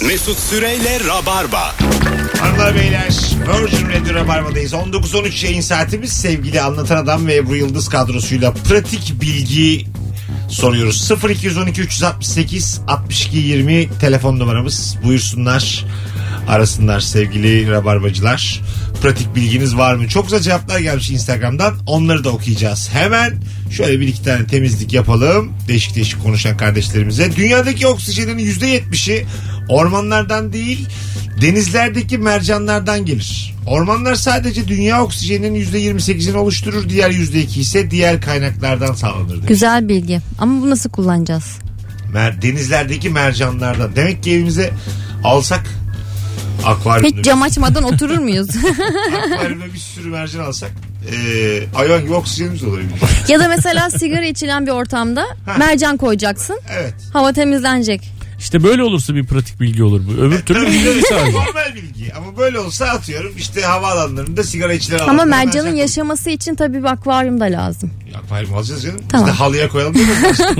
Mesut Süreyle Rabarba. Hanımlar beyler, Virgin Radio Rabarba'dayız. 19-13 yayın saatimiz. Sevgili Anlatan Adam ve Ebru Yıldız kadrosuyla pratik bilgi soruyoruz. 0212 368 62 20 telefon numaramız. Buyursunlar, arasınlar sevgili Rabarbacılar. Pratik bilginiz var mı? Çok güzel cevaplar gelmiş Instagram'dan. Onları da okuyacağız. Hemen şöyle bir iki tane temizlik yapalım. Değişik değişik konuşan kardeşlerimize. Dünyadaki oksijenin %70'i ormanlardan değil, denizlerdeki mercanlardan gelir. Ormanlar sadece dünya oksijeninin %28'ini oluşturur. Diğer %2 ise diğer kaynaklardan sağlanır demiş. Güzel bilgi. Ama bu nasıl kullanacağız? Denizlerdeki mercanlardan. Demek ki evimize alsak akvaryumda. Hiç cam açmadan oturur muyuz? Akvaryumda bir sürü mercan alsak hayvan gibi oksijenimiz olur. Ya da mesela sigara içilen bir ortamda mercan koyacaksın. Evet. Hava temizlenecek. İşte böyle olursa bir pratik bilgi olur bu. Öbür türlü bilgi sadece. Normal bilgi. Ama böyle olsa atıyorum işte havaalanlarında sigara içilen Ama alanlarda mercanın yaşaması için tabii bir akvaryum da lazım. Akvaryum alacağız canım. Tamam. Biz de halıya koyalım değil mi?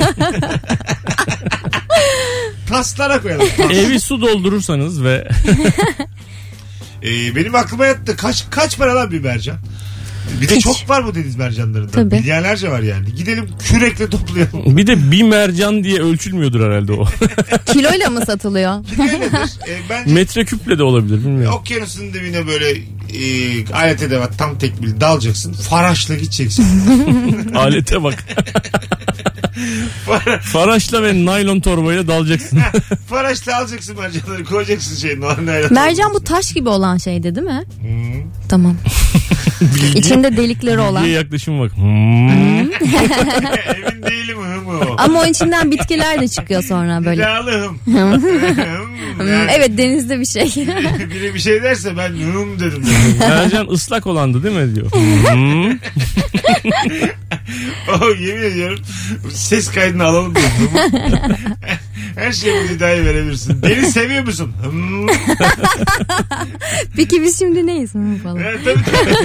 Taslara koyalım. Evi su doldurursanız ve benim aklıma yattı. Kaç para lan bir mercan? Bir de Hiç. çok var bu deniz mercanlarında. Tabii. Milyarlarca var yani. Gidelim kürekle toplayalım. bir de bir mercan diye ölçülmüyordur herhalde o. Kiloyla mı satılıyor? Öyledir. Bence Metreküple de olabilir, bilmiyorum. okyanusun dibine böyle alet edevat tam tekbil dalacaksın. Faraşla gideceksin. Alete bak. Faraşla ve naylon torbayla dalacaksın. Faraşla alacaksın mercanları koyacaksın şeyin. Mercan bu taş gibi olan şeydi değil mi? Tamam. İçinde delikleri olan. Bilgiye yaklaşım bak. Emin değilim o. Ama o içinden bitkiler de çıkıyor sonra böyle. Silahlı Evet, denizde bir şey. Biri bir şey derse ben dedim. Mercan ıslak olandı değil mi diyor. Yemin ediyorum ses kaydını alalım diyorum. Her şeye bir hidayet verebilirsin. Beni seviyor musun? Peki biz şimdi neyiz falan. Evet, tabii.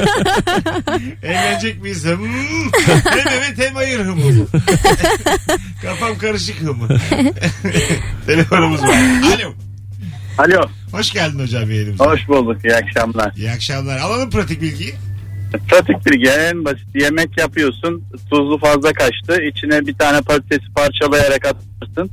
Eğlenecek miyiz? Hem evet hem hayır mı? Kafam karışık mı? Telefonumuz var. Alo. Alo. Hoş geldin hocam yayınımıza. Hoş bulduk. İyi akşamlar. İyi akşamlar. Alalım pratik bilgiyi. Pratik bilgi en basit. Yemek yapıyorsun. Tuzlu fazla kaçtı. İçine bir tane patatesi parçalayarak atarsın.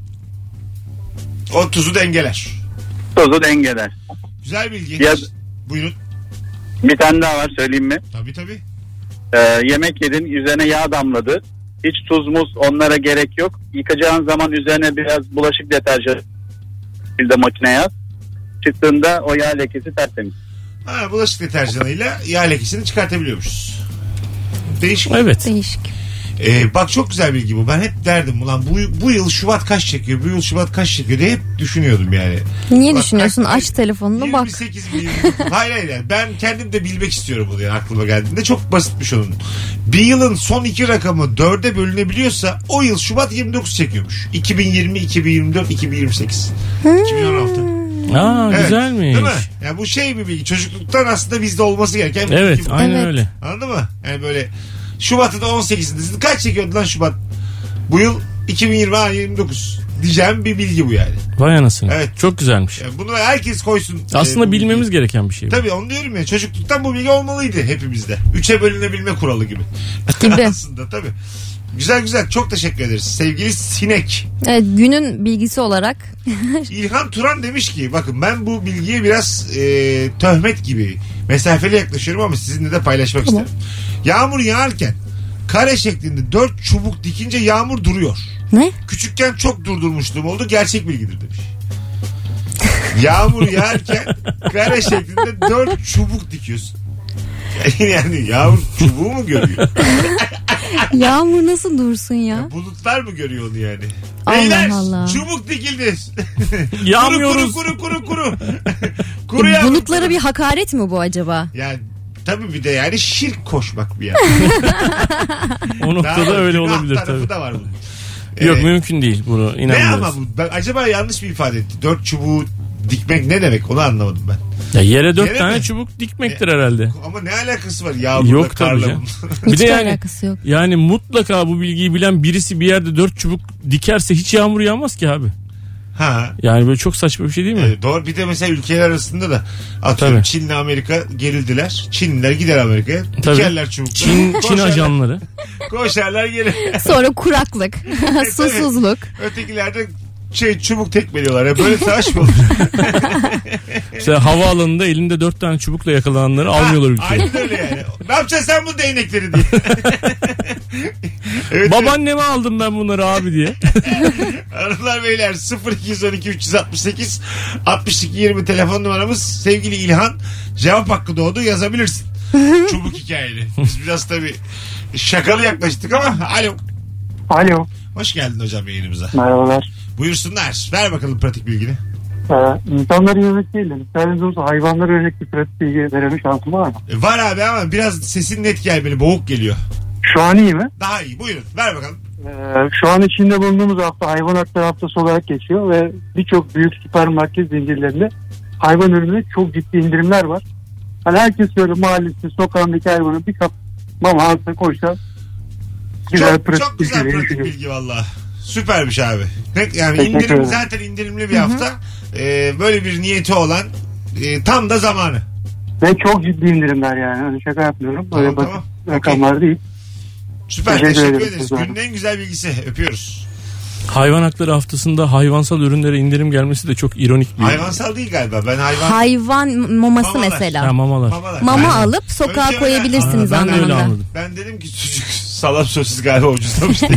O tuzu dengeler. Tuzu dengeler. Güzel bilgi. Ya, buyurun. bir tane daha var, söyleyeyim mi? Tabii. Yemek yedin, üzerine yağ damladı. Hiç tuz muz onlara gerek yok. Yıkacağın zaman üzerine biraz bulaşık deterjanı bir de makineye at. Çıktığında o yağ lekesi tertemiz. Bulaşık deterjanıyla yağ lekesini çıkartabiliyormuşuz. Değişik. Evet. Değişik. Bak çok güzel bilgi bu. Ben hep derdim ulan bu yıl Şubat kaç çekiyor? Bu yıl Şubat kaç çekiyor diye hep düşünüyordum yani. Niye Bak, düşünüyorsun? Aç telefonunu bak. 28 mi? Hayır yani. Ben kendim de bilmek istiyorum bunu yani aklıma geldiğinde. Çok basitmiş onun. Bir yılın son iki rakamı 4'e bölünebiliyorsa o yıl Şubat 29 çekiyormuş. 2020, 2024, 2028. 2016. Evet, güzelmiş. değil mi? Yani bu şey bir bilgi. Çocukluktan aslında bizde olması gereken bir Evet, bilgi bu. aynen Evet. öyle. Anladın mı? Yani böyle Şubat'ta da 18'indesin. Kaç çekiyordu lan Şubat? Bu yıl 2020 29 diyeceğim bir bilgi bu yani. Vay anasını. Evet. Çok güzelmiş. Yani bunu herkes koysun. Aslında bu bilmemiz bilgiyi. gereken bir şey. Tabii onu diyorum ya. Çocukluktan bu bilgi olmalıydı hepimizde. 3'e bölünebilme kuralı gibi. Gibi. Aslında tabii. Güzel. Çok teşekkür ederiz. Sevgili Sinek. Evet, günün bilgisi olarak. İlhan Turan demiş ki bakın ben bu bilgiye biraz töhmet gibi mesafeli yaklaşıyorum ama sizinle de paylaşmak isterim. Yağmur yağarken kare şeklinde 4 çubuk dikince yağmur duruyor. Ne? Küçükken çok durdurmuşluğum oldu. Gerçek bilgidir demiş. Yağmur yağarken kare şeklinde 4 çubuk dikiyorsun. Yani yağmur çubuğu mu görüyor? Yağmur nasıl dursun ya? Bulutlar mı görüyor onu yani? Allah Beyler Allah. çubuk dikildi. Yağmıyoruz. Kuru. Kuru yağmur. Bulutlara bir hakaret mi bu acaba? Yani tabii bir de yani şirk koşmak bir yani. O noktada öyle olabilir tarafı tabii. da var bunun. Yok mümkün değil bunu Ne inanmıyoruz. ama bu? Acaba yanlış bir ifade etti. 4 çubuğu dikmek ne demek onu anlamadım ben. Ya yere 4 Yere tane mi? çubuk dikmektir herhalde. Ama ne alakası var yağmurla Yok tabii karla canım. bunun? Bir de Hiç yani alakası yok. yani mutlaka bu bilgiyi bilen birisi bir yerde 4 çubuk dikerse hiç yağmur yağmaz ki abi. Ha. Yani böyle çok saçma bir şey değil mi? Doğru. Bir de mesela ülkeler arasında da atıyorum Tabii. Çin'le Amerika gerildiler. Çinliler gider Amerika'ya. Tabii. Dikerler çubukları. Çin Koşarlar- ajanları. Koşarlar geri. Sonra kuraklık, susuzluk. Ötekiler de çubuk tekmeliyorlar. Ya böyle savaş mı olur? Mesela havaalanında elinde 4 tane çubukla yakalananları almıyorlar ülkeye. Aynen öyle yani. Ne yapacaksın sen bu değnekleri diye. Evet, Babaanneme aldım ben bunları abi diye. hanımlar beyler 0212 368 62 20 telefon numaramız. Sevgili İlhan, cevap hakkı doğdu, yazabilirsin. Çubuk hikayeni. Biz biraz tabii şakalı yaklaştık ama alo. Alo. Hoş geldin hocam yayınımıza. Merhabalar. Buyursunlar. Ver bakalım pratik bilgini. İnsanları yönelik değil de müsaadeniz olursa hayvanlara yönelik bir pratik bilgi verme şansım var mı? Var abi ama biraz sesin net gelmeli. Boğuk geliyor. Şu an iyi mi? Daha iyi. Buyurun. Ver bakalım. Şu an içinde bulunduğumuz hafta hayvan hakları haftası olarak geçiyor ve birçok büyük süpermarket zincirlerinde hayvan ürünü çok ciddi indirimler var. Hani herkes böyle mahallesi, sokağındaki hayvanı bir kap mama alsa koysa güzel Çok güzel pratik bilgi valla. Süpermiş abi. Yani Teşekkür indirim ederim. zaten indirimli bir hafta. Böyle bir niyeti olan tam da zamanı. Ve çok ciddi indirimler yani. Hani şaka yapmıyorum. Böyle Tamam, basit tamam. rakamlar değil. Süper. Teşekkür Teşekkür ederim. ederiz. Güzel. Günün en güzel bilgisi. Öpüyoruz. Hayvan hakları haftasında hayvansal ürünlere indirim gelmesi de çok ironik bir. Hayvansal değil galiba. Ben Hayvan maması Mamalar. mesela. Ha, mamalar. Mama Aynen. alıp sokağa Önce koyabilirsiniz Ha, ben de öyle anlamında. anladım. Ben dedim ki sucuk salam sosis galiba ucuzlamış diye.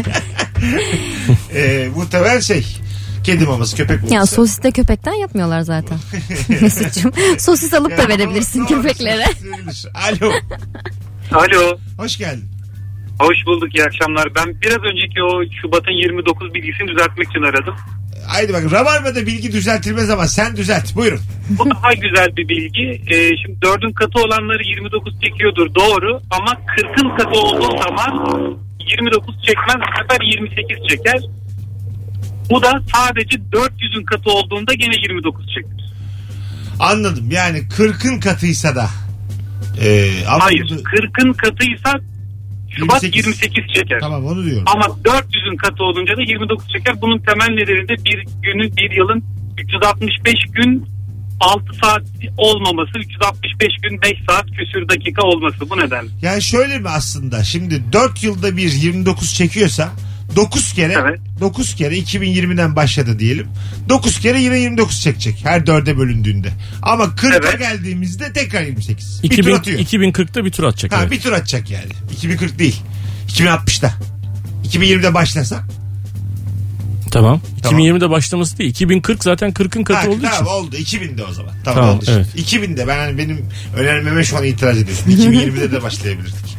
Muhtemelen kedi maması, köpek maması. Ya sosis de köpekten yapmıyorlar zaten. Mesut'cum. Sosis alıp da Ya, verebilirsin doğru, köpeklere. sosis verilir. Alo. Alo. Hoş geldin. Hoş bulduk, iyi akşamlar. Ben biraz önceki o Şubat'ın 29 bilgisini düzeltmek için aradım. Haydi bakın. Rabarba'da bilgi düzeltilmez ama sen düzelt. Buyurun. Bu daha güzel bir bilgi. Şimdi 4'ün katı olanları 29 çekiyordur, doğru. Ama 40'ın katı olduğu zaman 29 çekmez, bu sefer 28 çeker. Bu da sadece 400'ün katı olduğunda gene 29 çeker. Anladım. Yani 40'ın katıysa da. Ama Hayır, burada- 40'ın katıysa Şubat 28 çeker. Tamam, onu diyorum. Ama 400'ün katı olunca da 29 çeker. Bunun temel nedeni de bir yılın 365 gün 6 saat olmaması, 365 gün 5 saat küsür dakika olması, bu nedenle. Yani şöyle mi aslında? Şimdi 4 yılda bir 29 çekiyorsa 9 kere Evet. 9 kere 2020'den başladı diyelim. 9 kere yine 29 çekecek her 4'e bölündüğünde. Ama 40'a Evet. geldiğimizde tekrar 28. Bir tur atıyor. 2040'ta bir tur atacak. Ha, evet. bir tur atacak yani. 2040 değil. 2060'da. 2020'de başlasa. Tamam. 2020'de başlaması değil. 2040 zaten 40'ın katı olduğu tamam, için. oldu. 2000'de o zaman. Tamam, Tamam, oldu şimdi. evet. 2000'de ben hani benim önermeme şu an itiraz ediyorsun. 2020'de de başlayabilirdik.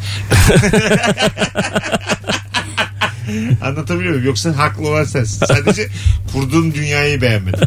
Anlatabiliyor muyum? Yoksa haklı olan sensin. Sadece kurduğun dünyayı beğenmedin.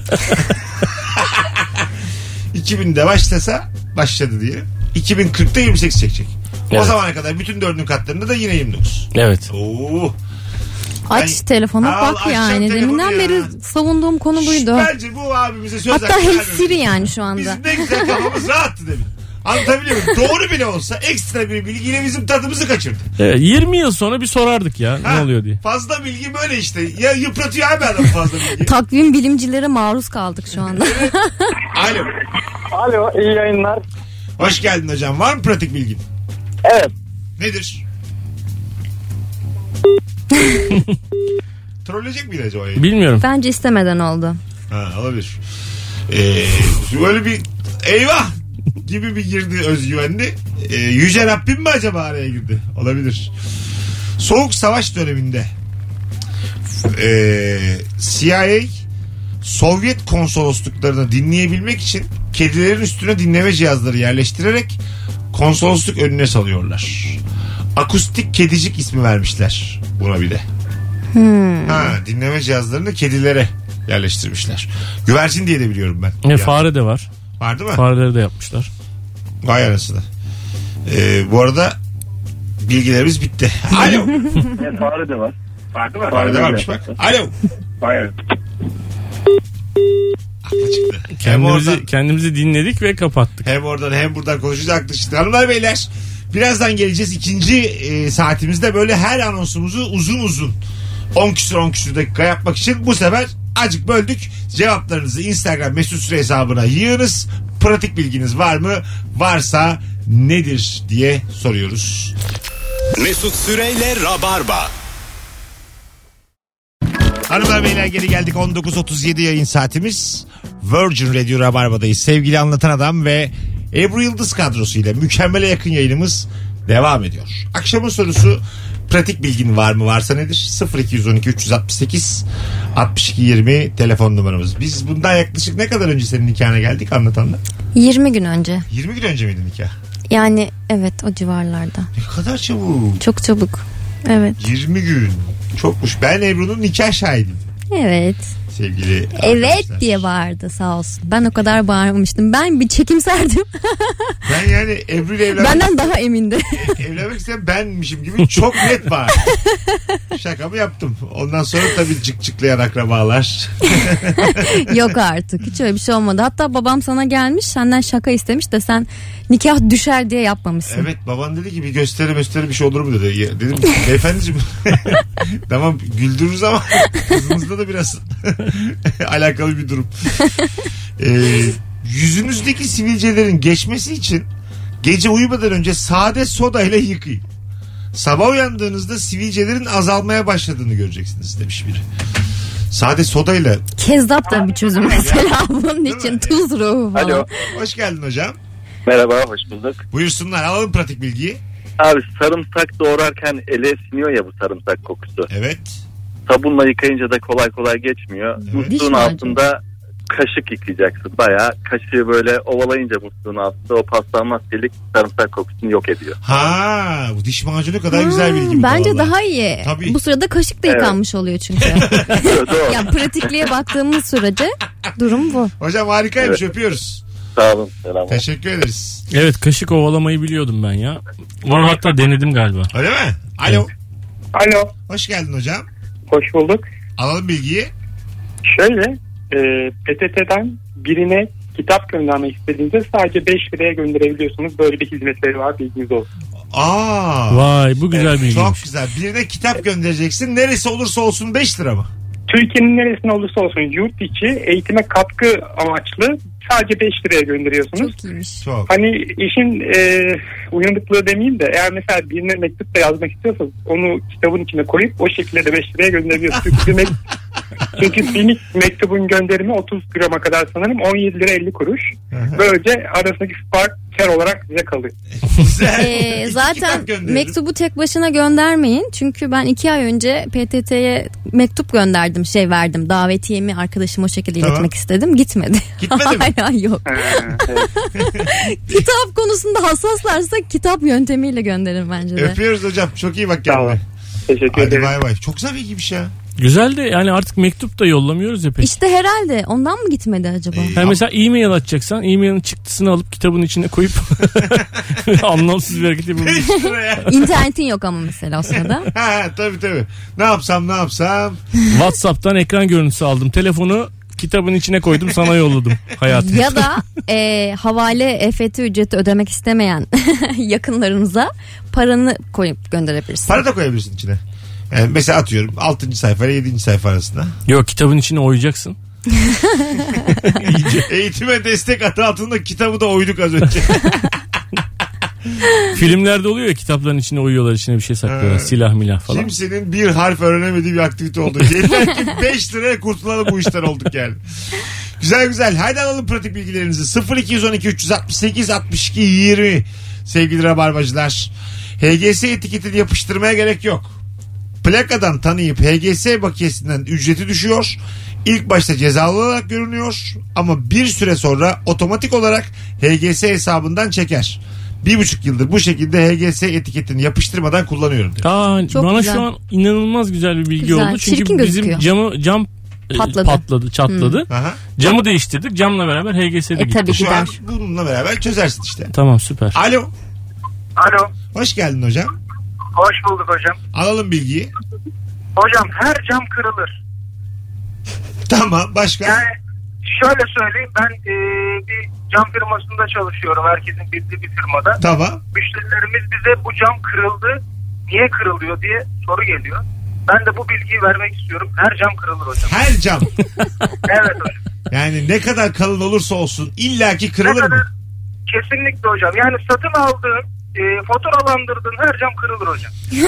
2000'de başladı diyelim. 2040'ta 28 çekecek. O Evet. zamana kadar bütün 4'ün katlarında da yine 29. Evet. Oo. Aç Ben- telefona Al, bak açacağım yani. telefonu Deminden ya. beri savunduğum konu buydu. Bence bu abimize söz Hatta hakkı hem vermemiş. Siri yani şu anda. Bizim ne güzel kafamız rahattı demin. Anlatabiliyor muyum? Doğru bile olsa ekstra bir bilgiyle bizim tadımızı kaçırdı. Evet, 20 yıl sonra bir sorardık ya Ha, ne oluyor diye. Fazla bilgi böyle işte. Ya yıpratıyor abi adam fazla bilgi. Takvim bilimcilere maruz kaldık şu anda. Alo. Alo, iyi yayınlar. Hoş geldin hocam. Var mı pratik bilgin? Evet. Nedir? Trolleyecek miydi acaba yayını? Bilmiyorum. Bence istemeden oldu. Ha, olabilir. Böyle bir eyvah gibi bir girdi özgüvenli. Yüce Rabbim mi acaba araya girdi? Olabilir. Soğuk Savaş döneminde CIA Sovyet konsolosluklarını dinleyebilmek için kedilerin üstüne dinleme cihazları yerleştirerek konsolosluk önüne salıyorlar. Akustik kedicik ismi vermişler buna bir de. Ha, dinleme cihazlarını kedilere yerleştirmişler. Güvercin diye de biliyorum ben. Ya, Fare de var. var değil mi? Fareleri de yapmışlar. Vay arasında. Bu arada bilgilerimiz bitti. Alo. Fare de var. Fare de varmış bak. Alo. Aklı çıktı. Kendimizi dinledik ve kapattık. Hem oradan hem buradan konuşacağız, aklı çıktı. Hanımlar beyler, birazdan geleceğiz. İkinci saatimizde böyle her anonsumuzu uzun 10 küsur dakika yapmak için bu sefer Azıcık böldük. Cevaplarınızı Instagram mesut süre hesabına yığınız. Pratik bilginiz var mı? Varsa nedir diye soruyoruz. Mesut Süreyle Rabarba. Hanımlar beyler geri geldik. 19.37 yayın saatimiz. Virgin Radio Rabarba'dayız. Sevgili Anlatan Adam ve Ebru Yıldız kadrosuyla mükemmele yakın yayınımız devam ediyor. Akşamın sorusu pratik bilgin var mı? Varsa nedir? 0212 368 62 20 telefon numaramız. Biz bundan yaklaşık ne kadar önce senin nikahına geldik Anlatan'da? 20 gün önce. 20 gün önce miydi nikah? Yani evet, o civarlarda. Ne kadar çabuk. Çok çabuk. Evet. 20 gün. Çokmuş. Ben Ebru'nun nikah şahidiydim. Evet. Sevgili Evet arkadaşlar. diye bağırdı sağ olsun. Ben o kadar bağırmamıştım. Ben bir çekimserdim. Ben yani Ebru ile evlenmek, Benden daha emindi. evlenmek isteyen benmişim gibi çok net bağırdım. Şakamı yaptım. Ondan sonra tabii cık akrabalar. Yok artık. Hiç öyle bir şey olmadı. Hatta babam sana gelmiş, senden şaka istemiş de sen nikah düşer diye yapmamışsın. Evet, baban dedi ki bir gösteri bir şey olur mu dedi. Ya, dedim beyefendiciğim tamam güldürürüz ama kızımızda da biraz alakalı bir durum. Yüzünüzdeki sivilcelerin geçmesi için gece uyumadan önce sade soda ile yıkayın. Sabah uyandığınızda sivilcelerin azalmaya başladığını göreceksiniz demiş biri. Sade sodayla. Kezzap da bir çözüm mesela bunun Değil için. mi? Tuz ruhu falan. Alo. Hoş geldin hocam. Merhaba, hoş bulduk. Buyursunlar, alalım pratik bilgiyi. Abi sarımsak doğrarken ele siniyor ya bu sarımsak kokusu. Evet. Sabunla yıkayınca da kolay kolay geçmiyor. Evet. Musluğun Diş macunu. altında kaşık yıkayacaksın. Bayağı kaşığı böyle ovalayınca musluğun altında o paslanmaz silik sarımsak kokusunu yok ediyor. Ha, bu diş macunu kadar güzel bilgi bu. Bence vallahi. daha iyi. Tabii. Bu sırada kaşık da Evet. yıkanmış oluyor çünkü. Doğru. Ya pratikliğe baktığımız sürece durum bu. Hocam harikaymış, Evet. öpüyoruz. Sağ olun. Selam. Teşekkür ederiz. Evet, kaşık ovalamayı biliyordum ben ya. Onu hatta denedim galiba. Öyle mi? Alo. Alo, Hoş geldin hocam. hoş bulduk. Alalım bilgiyi. Şöyle, PTT'den birine kitap göndermek istediğinizde sadece 5 liraya gönderebiliyorsunuz. Böyle bir hizmetleri var, bilginiz olsun. Aa. Vay, bu güzel bilgiymiş. Çok güzel. Birine kitap göndereceksin. Neresi olursa olsun 5 lira mı? Türkiye'nin neresinde olursa olsun yurt içi eğitime katkı amaçlı sadece 5 liraya gönderiyorsunuz. Çok iyiymiş. Çok. Hani işin uyanıklığı demeyeyim de eğer mesela birine mektup da yazmak istiyorsanız onu kitabın içine koyup o şekilde de 5 liraya gönderebiliyorsunuz. Çünkü bir mektubun gönderimi 30 grama kadar sanırım 17 lira 50 kuruş. Hı-hı. Böylece arasındaki fark kar olarak size kalıyor. Güzel. İki Zaten kitap gönderelim. mektubu tek başına göndermeyin. Çünkü ben 2 ay önce PTT'ye mektup gönderdim, verdim. Davetiyemi arkadaşıma o şekilde Tamam. iletmek istedim. Gitmedi. Gitmedi mi? Hala yok. Kitap konusunda hassaslarsa kitap yöntemiyle gönderin bence de. Öpüyoruz hocam. Çok iyi bak Sağ kendine. olun. Teşekkür Hadi ederim. bay bay. Çok güzel bilgiymiş ya. Güzel de yani artık mektup da yollamıyoruz ya pek. İşte herhalde ondan mı gitmedi acaba? Yani mesela e-mail atacaksan e-mailin çıktısını alıp kitabın içine koyup anlamsız bir hareket yapabilirsin. 5 lira ya. İnternetin yok ama mesela o sırada. Ha, tabii. Ne yapsam? WhatsApp'tan ekran görüntüsü aldım. Telefonu kitabın içine koydum, sana yolladım hayatım. Ya da havale EFT ücreti ödemek istemeyen yakınlarınıza paranı koyup gönderebilirsin. Para da koyabilirsin içine. Yani mesela atıyorum 6. sayfa ile 7. sayfa arasında. Yok, kitabın içine oyacaksın. Eğitime destek adı altında kitabı da oyduk az önce. Filmlerde oluyor ya, kitapların içine uyuyorlar, içine bir şey saklıyorlar. Ha. Silah milah falan. Kimsenin bir harf öğrenemediği bir aktivite oldu. Yeter ki 5 liraya kurtulalım bu işten olduk yani. Güzel. Haydi alalım pratik bilgilerinizi. 0212 368 62 20 sevgili rabarbacılar. HGS etiketini yapıştırmaya gerek yok. Plakadan tanıyıp HGS bakiyesinden ücreti düşüyor. İlk başta cezalı olarak görünüyor ama bir süre sonra otomatik olarak HGS hesabından çeker. 1,5 yıldır bu şekilde HGS etiketini yapıştırmadan kullanıyorum diyor. Aa, Çok bana güzel. şu an inanılmaz güzel bir bilgi Güzel. oldu. Çünkü Çirkin bizim gözüküyor. cam Patladı. çatladı. Aha. Camı değiştirdik. Camla beraber HGS'de gitti. Tabii Şu an gider. bununla beraber çözersin işte. Tamam, süper. Alo. Alo. Hoş geldin hocam. Hoş bulduk hocam. Alalım bilgiyi. Hocam her cam kırılır. Tamam, başka? Yani şöyle söyleyeyim, ben bir cam firmasında çalışıyorum. Herkesin bildiği bir firmada. Tamam. Müşterilerimiz bize bu cam kırıldı, niye kırılıyor diye soru geliyor. Ben de bu bilgiyi vermek istiyorum. Her cam kırılır hocam. Her cam. Evet hocam. Yani ne kadar kalın olursa olsun illaki kırılır Ne kadar? mı? Kesinlikle hocam. Yani satın aldığın, faturalandırdığın her cam kırılır hocam.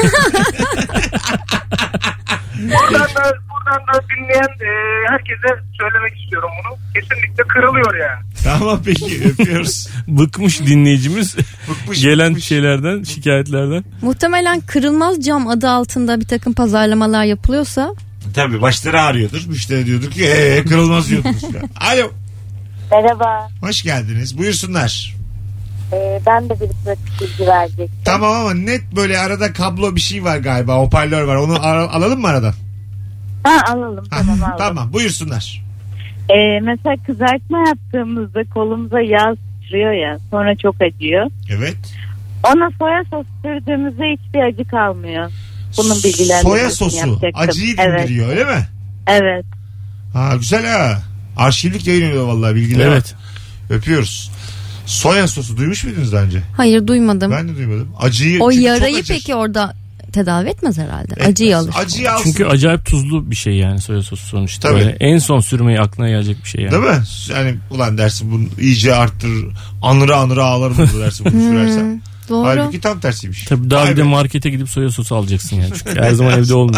Buradan da dinleyen herkese söylemek istiyorum bunu. Kesinlikle kırılıyor yani. Tamam peki, öpüyoruz. Bıkmış dinleyicimiz gelen bıkmış. şeylerden, şikayetlerden. Muhtemelen kırılmaz cam adı altında bir takım pazarlamalar yapılıyorsa. Tabii başları ağrıyordur. Müşteri diyordur ki kırılmaz diyordunuz. Alo. Merhaba. Hoş geldiniz. Buyursunlar. Ben de bir pratik bilgi verecektim. Tamam ama net böyle arada kablo bir şey var galiba. Hoparlör var. Onu alalım mı aradan? Alalım. Tamam alalım. Tamam, buyursunlar. Mesela kızartma yaptığımızda kolumuza yağ sıçrıyor ya, sonra çok acıyor. Evet. Ona soya sos sürdüğümüzde hiçbir acı kalmıyor. Bunun bilgilendirmesini Soya sosu yapacaktım. acıyı dindiriyor, öyle mi? Evet. Ha, güzel ha. Arşivlik yayın oluyor vallahi, bilgiler. Evet. Öpüyoruz. Soya sosu duymuş muydunuz daha önce? Hayır, duymadım. Ben de duymadım. Acıyı, O çünkü yarayı çok acır. peki orada tedavi etmez herhalde. Etmez. Acıyı alır. Acıyı alsın. Çünkü acayip tuzlu bir şey yani soya sosu sonuçta. Tabii. Böyle en son sürmeyi aklına gelecek bir şey yani. Değil mi? Yani ulan dersin bunu iyice arttırır. Anıra ağlarım bunu dersin bunu sürersen. Doğru. Halbuki tam tersiymiş. Tabii daha Vay bir de be. markete gidip soya sosu alacaksın yani. Çünkü her zaman evde olmuyor.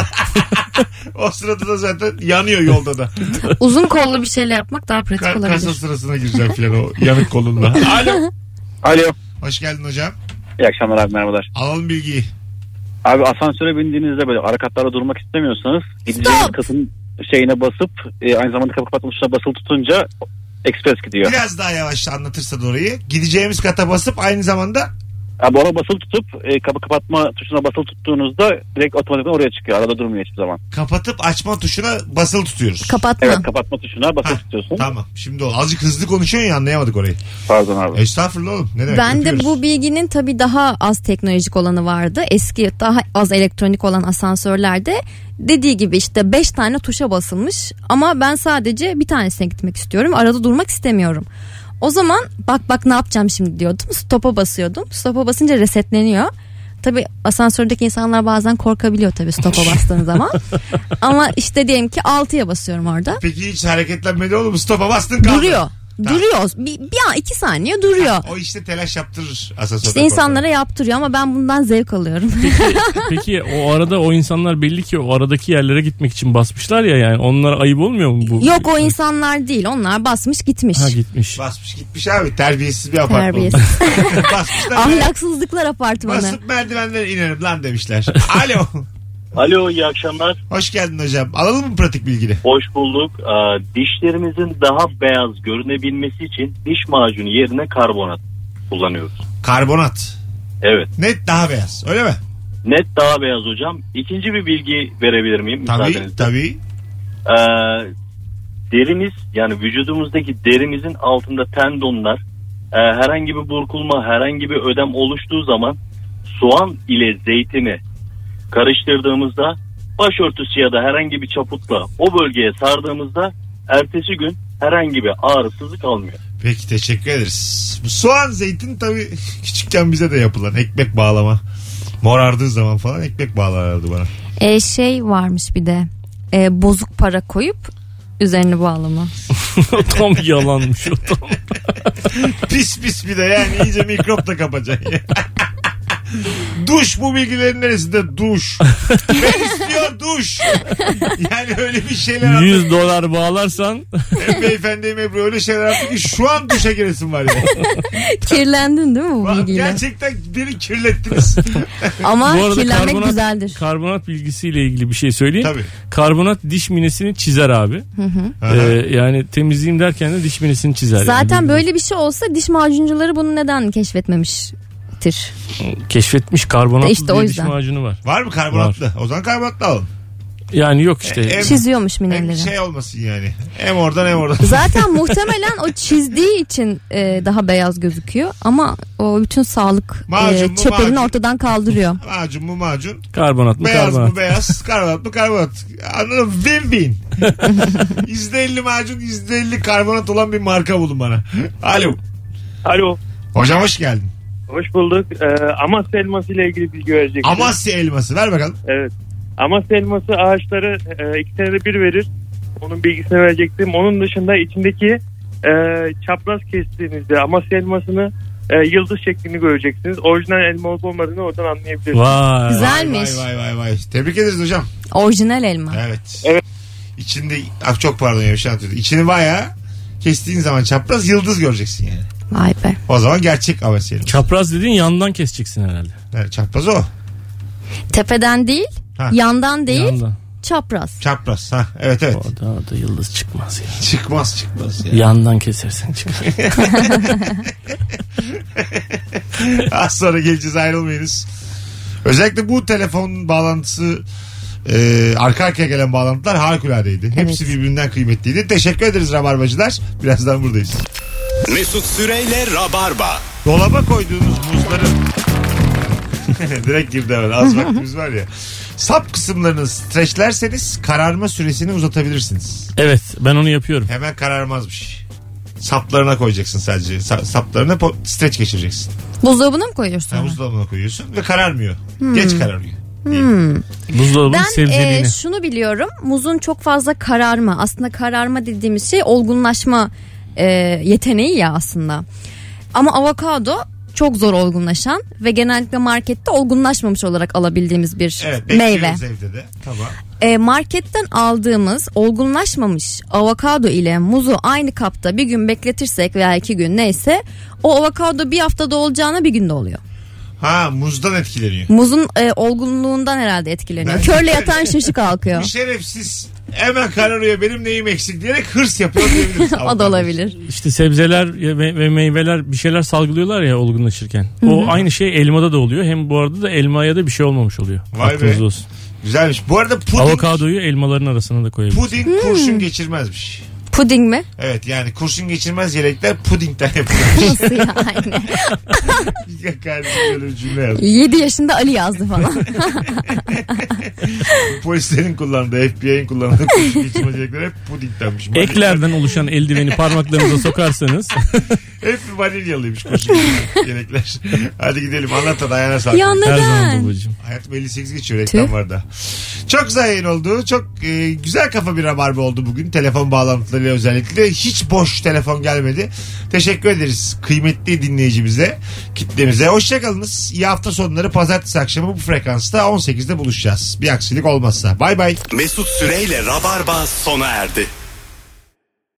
O sırada da zaten yanıyor yolda da. Uzun kollu bir şeyle yapmak daha pratik Kasa olabilir. sırasına gireceğim filan o yanık kolunla. Alo. Alo. Hoş geldin hocam. İyi akşamlar abi, merhabalar. Alalım bilgiyi. Abi asansöre bindiğinizde böyle ara katlarda durmak istemiyorsanız gideceğiniz katın şeyine basıp aynı zamanda kapı kapatma tuşuna basılı tutunca ekspres gidiyor. Biraz daha yavaş anlatırsan orayı. Gideceğimiz kata basıp aynı zamanda Abi ona basılı tutup kapı kapatma tuşuna basılı tuttuğunuzda direkt otomatikman oraya çıkıyor. Arada durmuyor hiçbir zaman. kapatıp açma tuşuna basılı tutuyoruz. Kapatma. Evet, kapatma tuşuna basılı Hah, tutuyorsun. Tamam. Şimdi o azıcık hızlı konuşuyorsun ya, anlayamadık orayı. Pardon abi. Estağfurullah oğlum. Ne demek? Ben de Öpüyoruz. bu bilginin tabii daha az teknolojik olanı vardı. Eski daha az elektronik olan asansörlerde dediği gibi işte 5 tane tuşa basılmış ama ben sadece bir tanesine gitmek istiyorum. Arada durmak istemiyorum. O zaman bak ne yapacağım şimdi diyordum. Stop'a basıyordum. Stop'a basınca resetleniyor. Tabii asansördeki insanlar bazen korkabiliyor tabii stop'a bastığın zaman. Ama işte diyelim ki 6'ya basıyorum orada. Peki hiç hareketlenmedi oğlum. Stop'a bastın kaldı. Duruyor. Tamam. Duruyor. Bir 2 saniye duruyor. O işte telaş yaptırır asansörde. İşte insanlara yaptırıyor ama ben bundan zevk alıyorum. Peki o arada o insanlar belli ki o aradaki yerlere gitmek için basmışlar ya, yani onlara ayıp olmuyor mu bu? Yok, o insanlar değil. Onlar basmış gitmiş. Ha, gitmiş. Basmış gitmiş abi. Terbiyesiz bir apartman. Terbiyesiz. Basmışlar. Ahlaksızlıklar apartmanı. Basıp merdivenlere inerim lan demişler. Alo. Alo, iyi akşamlar. Hoş geldin hocam. Alalım mı pratik bilgini? Hoş bulduk. Dişlerimizin daha beyaz görünebilmesi için diş macunu yerine karbonat kullanıyoruz. Karbonat. Evet. Net daha beyaz. Öyle mi? Net daha beyaz hocam. İkinci bir bilgi verebilir miyim? Tabii tabii. Derimiz, yani vücudumuzdaki derimizin altında tendonlar, herhangi bir burkulma, herhangi bir ödem oluştuğu zaman soğan ile zeytini karıştırdığımızda, başörtüsü ya da herhangi bir çaputla o bölgeye sardığımızda ertesi gün herhangi bir ağrısızlık almıyor. Peki, teşekkür ederiz. Bu soğan zeytin tabii küçükken bize de yapılan ekmek bağlama. Morardığı zaman falan ekmek bağlarlardı bana. Şey varmış bir de bozuk para koyup üzerine bağlama. Tam yalanmış o tam. Pis bir de yani, iyice mikrop da kapacaksın. Duş, bu bilgilerin neresinde? Duş. Ben istiyor duş. Yani öyle bir şeyler anladım. $100 bağlarsan. Hem beyefendi hem Ebru öyle şeyler yaptı ki şu an duşa giresim var ya. Kirlendin değil mi bu bilgiyle? Gerçekten beni kirlettiniz. Ama Bu arada kirlenmek güzeldir. Karbonat bilgisiyle ilgili bir şey söyleyeyim. Tabii. Karbonat diş minesini çizer abi. Yani temizleyeyim derken de diş minesini çizer. Zaten yani. böyle bir şey olsa diş macuncuları bunu neden keşfetmemiştir? Keşfetmiş, karbonatlı İşte o diye diş yüzden. macunu var. Var mı karbonatlı? Var. O zaman karbonatlı alın. Yani yok işte. Çiziyormuş Hem mineleri. şey olmasın yani. Hem oradan hem oradan. Zaten muhtemelen o çizdiği için daha beyaz gözüküyor ama o bütün sağlık Macun mu çeperini macun? ortadan kaldırıyor. Macun mu macun? Karbonat mı Beyaz karbonat? mı beyaz? Karbonat mı karbonat? Anladın mı? Win-win. %50 macun, %50 karbonat olan bir marka bulun bana. Alo. Alo. Hocam hoş geldin. Hoş bulduk. Amasya elması ile ilgili bilgi verecektim. Amasya elması ver bakalım. Evet. Amasya elması ağaçları 2 senede bir verir. Onun bilgisini verecektim. Onun dışında içindeki çapraz kestiğinizde Amasya elmasını yıldız şeklini göreceksiniz. Orijinal elma olup olmadığını oradan anlayabilirsiniz. Vay. Güzelmiş. Vay. Tebrik ederiz hocam. Orijinal elma. Evet. İçinde çok pardon ya bir şey anlatıyordum. İçini bayağı kestiğin zaman çapraz yıldız göreceksin yani. Vay be. O zaman gerçek Amasya elması. Çapraz dediğin yandan keseceksin herhalde. Evet, çapraz o. Tepeden değil, yandan değil. Yandan. Çapraz. Çapraz. Evet. O da yıldız çıkmaz ya. Çıkmaz ya. Yandan kesersen çıkar. Az sonra geleceğiz, ayrılmayınız. Özellikle bu telefon bağlantısı arka arkaya gelen bağlantılar harikuladeydi. Evet. Hepsi birbirinden kıymetliydi. Teşekkür ederiz Rabarbacılar. Birazdan buradayız. Mesut Süreyle Rabarba. Dolaba koyduğunuz muzların direkt girdi hemen. Az vaktimiz var ya. Sap kısımlarını streçlerseniz kararma süresini uzatabilirsiniz. Evet, ben onu yapıyorum. Hemen kararmazmış. Saplarına koyacaksın sadece. Saplarına streç geçireceksin. Buzdolabına mı koyuyorsun? Buzdolabına koyuyorsun ve kararmıyor. Geç kararıyor. Buzdolabının sevdiğini. Ben şunu biliyorum. Muzun çok fazla kararma. Aslında kararma dediğimiz şey olgunlaşma yeteneği ya aslında. Ama avokado çok zor olgunlaşan ve genellikle markette olgunlaşmamış olarak alabildiğimiz bir meyve. Evde de. Tamam. Marketten aldığımız olgunlaşmamış avokado ile muzu aynı kapta bir gün bekletirsek veya 2 gün neyse, o avokado bir haftada olacağına bir günde oluyor. Muzdan etkileniyor. Muzun olgunluğundan herhalde etkileniyor. Körle yatan şaşı kalkıyor. Bir şerefsiz hemen kararıyor, benim neyim eksik diyerek hırs yapıyor diyebiliriz. O da olabilir. İşte sebzeler ve meyveler bir şeyler salgılıyorlar ya olgunlaşırken. O aynı şey elmada da oluyor. Hem bu arada da elmaya da bir şey olmamış oluyor. Vay be. Olsun. Güzelmiş. Bu arada avokadoyu elmaların arasına da koyabiliriz. Puding kurşun geçirmezmiş. Puding mi? Evet, yani kurşun geçirmez yelekler pudingden yapılıyor. Nasıl yani? Kardeşim böyle bir cümle yazdı. 7 yaşında Ali yazdı falan. Polislerin kullandığı, FBI'nin kullandığı kurşun geçirmez yelekler hep pudingdenmiş. Eklerden oluşan eldiveni parmaklarınıza sokarsanız. Hep vanilyalıymış kurşun geçirmez yelekler. Hadi gidelim, anlat da ayağına sağlık. Ya neden? Her zaman babacığım. Hayatım 58 geçiyor reklamlarda. Çok güzel yayın oldu. Çok güzel kafa bir rabarba oldu bugün. Telefon bağlantıları özellikle. Hiç boş telefon gelmedi. Teşekkür ederiz kıymetli dinleyicimize, kitlemize. Hoşçakalınız. İyi hafta sonları, pazartesi akşamı bu frekansta 18'de buluşacağız. Bir aksilik olmazsa. Bay bay. Mesut Süreyle Rabarba sona erdi.